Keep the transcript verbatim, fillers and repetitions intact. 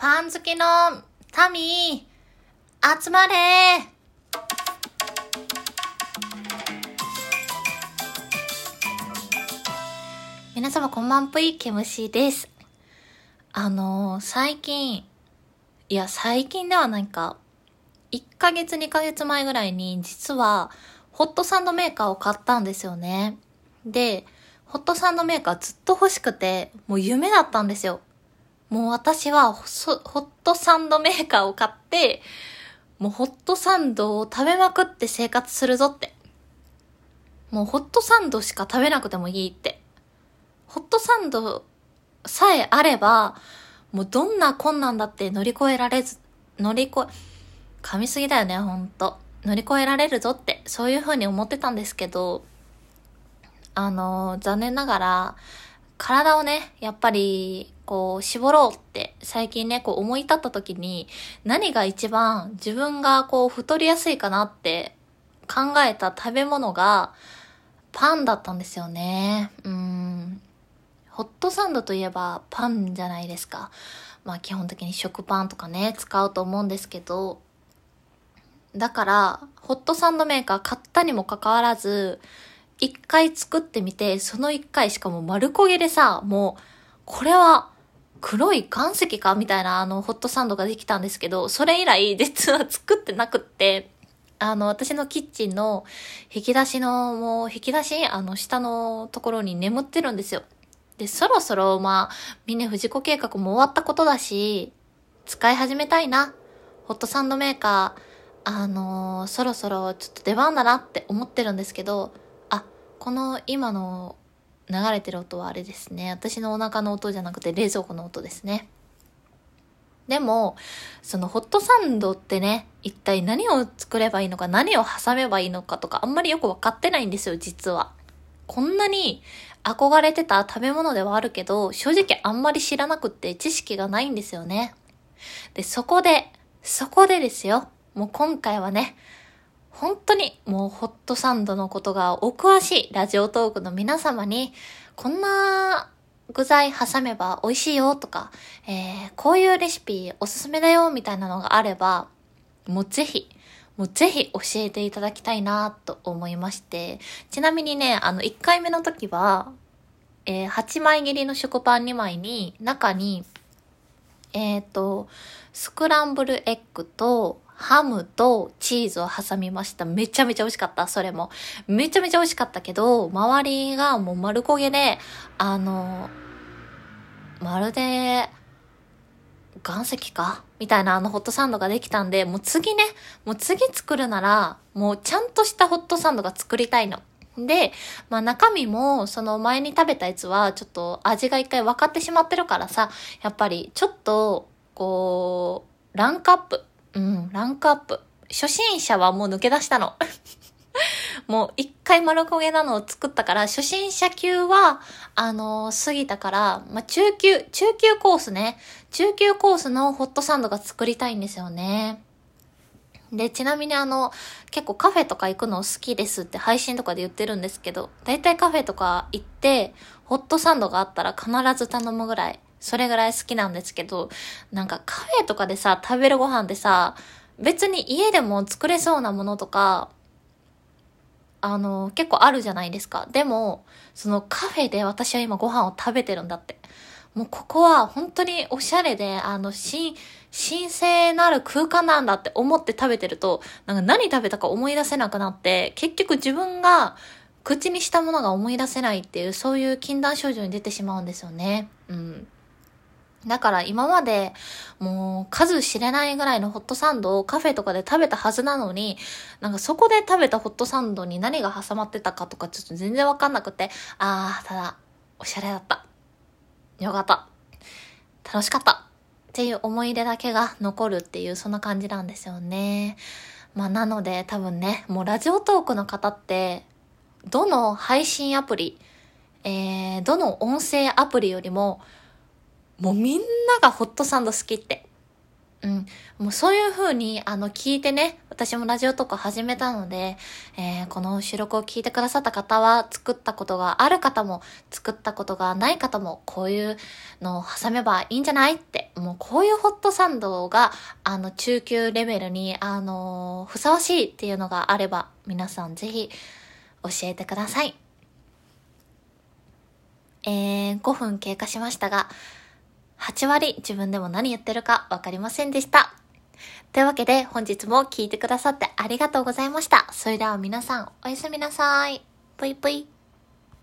パン好きの民、集まれ。皆様こんばんぷい、ケムシです。あのー、最近、いや最近ではないか、いっかげつにかげつまえぐらいに実はホットサンドメーカーを買ったんですよね。で、ホットサンドメーカーずっと欲しくて、もう夢だったんですよ。もう私はホットサンドメーカーを買って、もうホットサンドを食べまくって生活するぞって。もうホットサンドしか食べなくてもいいって。ホットサンドさえあれば、もうどんな困難だって乗り越えられず、乗り越え、噛みすぎだよね、ほんと。乗り越えられるぞって、そういう風に思ってたんですけど、あのー、残念ながら、体をね、やっぱり、こう、絞ろうって、最近ね、こう思い立った時に、何が一番自分がこう、太りやすいかなって考えた食べ物が、パンだったんですよね。うーん。ホットサンドといえばパンじゃないですか。まあ基本的に食パンとかね、使うと思うんですけど、だから、ホットサンドメーカー買ったにもかかわらず、一回作ってみて、その一回しかも丸焦げでさ、もう、これは黒い岩石かみたいなあのホットサンドができたんですけど、それ以来実は作ってなくって、あの私のキッチンの引き出しの、もう引き出し、あの下のところに眠ってるんですよ。で、そろそろまあ、峰不二子計画も終わったことだし、使い始めたいな。ホットサンドメーカー、あのー、そろそろちょっと出番だなって思ってるんですけど、あ、この今の流れてる音はあれですね。私のお腹の音じゃなくて冷蔵庫の音ですね。でも、そのホットサンドってね、一体何を作ればいいのか、何を挟めばいいのかとか、あんまりよくわかってないんですよ、実は。こんなに憧れてた食べ物ではあるけど、正直あんまり知らなくって知識がないんですよね。で、そこで、そこでですよ。もう今回はね、本当にもうホットサンドのことがお詳しいラジオトークの皆様に、こんな具材挟めば美味しいよとか、えー、こういうレシピおすすめだよみたいなのがあれば、もうぜひ、もうぜひ教えていただきたいなと思いまして、ちなみにね、あのいっかいめの時は、えー、はちまい切りの食パンにまいに、中に、えっと、スクランブルエッグと、ハムとチーズを挟みました。めちゃめちゃ美味しかった、それも。めちゃめちゃ美味しかったけど、周りがもう丸焦げで、あの、まるで、岩石かみたいなあのホットサンドができたんで、もう次ね、もう次作るなら、もうちゃんとしたホットサンドが作りたいの。で、まあ中身も、その前に食べたやつは、ちょっと味が一回分かってしまってるからさ、やっぱりちょっと、こう、ランクアップ。うん、ランクアップ。初心者はもう抜け出したの。もう一回丸焦げなのを作ったから、初心者級は、あのー、過ぎたから、まあ、中級、中級コースね。中級コースのホットサンドが作りたいんですよね。で、ちなみにあの、結構カフェとか行くの好きですって配信とかで言ってるんですけど、だいたいカフェとか行って、ホットサンドがあったら必ず頼むぐらい、それぐらい好きなんですけど、なんかカフェとかでさ、食べるご飯でさ、別に家でも作れそうなものとか、あの、結構あるじゃないですか。でも、そのカフェで私は今ご飯を食べてるんだって。もうここは本当におしゃれで、あの、新、神聖なる空間なんだって思って食べてると、なんか何食べたか思い出せなくなって、結局自分が口にしたものが思い出せないっていう、そういう禁断症状に出てしまうんですよね。うん。だから今までもう数知れないぐらいのホットサンドをカフェとかで食べたはずなのに、なんかそこで食べたホットサンドに何が挟まってたかとかちょっと全然わかんなくて、あー、ただ、おしゃれだった。よかった。楽しかった。っていう思い出だけが残るっていう、そんな感じなんですよね。まあなので多分ね、もうラジオトークの方って、どの配信アプリ、えー、どの音声アプリよりも、もうみんながホットサンド好きって。 うん。もうそういう風に、あの、聞いてね、私もラジオとか始めたので、えー、この収録を聞いてくださった方は、作ったことがある方も、作ったことがない方も、こういうのを挟めばいいんじゃないって、もうこういうホットサンドが、あの、中級レベルに、あのーふさわしいっていうのがあれば、皆さんぜひ、教えてください。えー、ごふん経過しましたが、はち割自分でも何言ってるかわかりませんでした。というわけで本日も聞いてくださってありがとうございました。それでは皆さんおやすみなさい。ぷいぷい。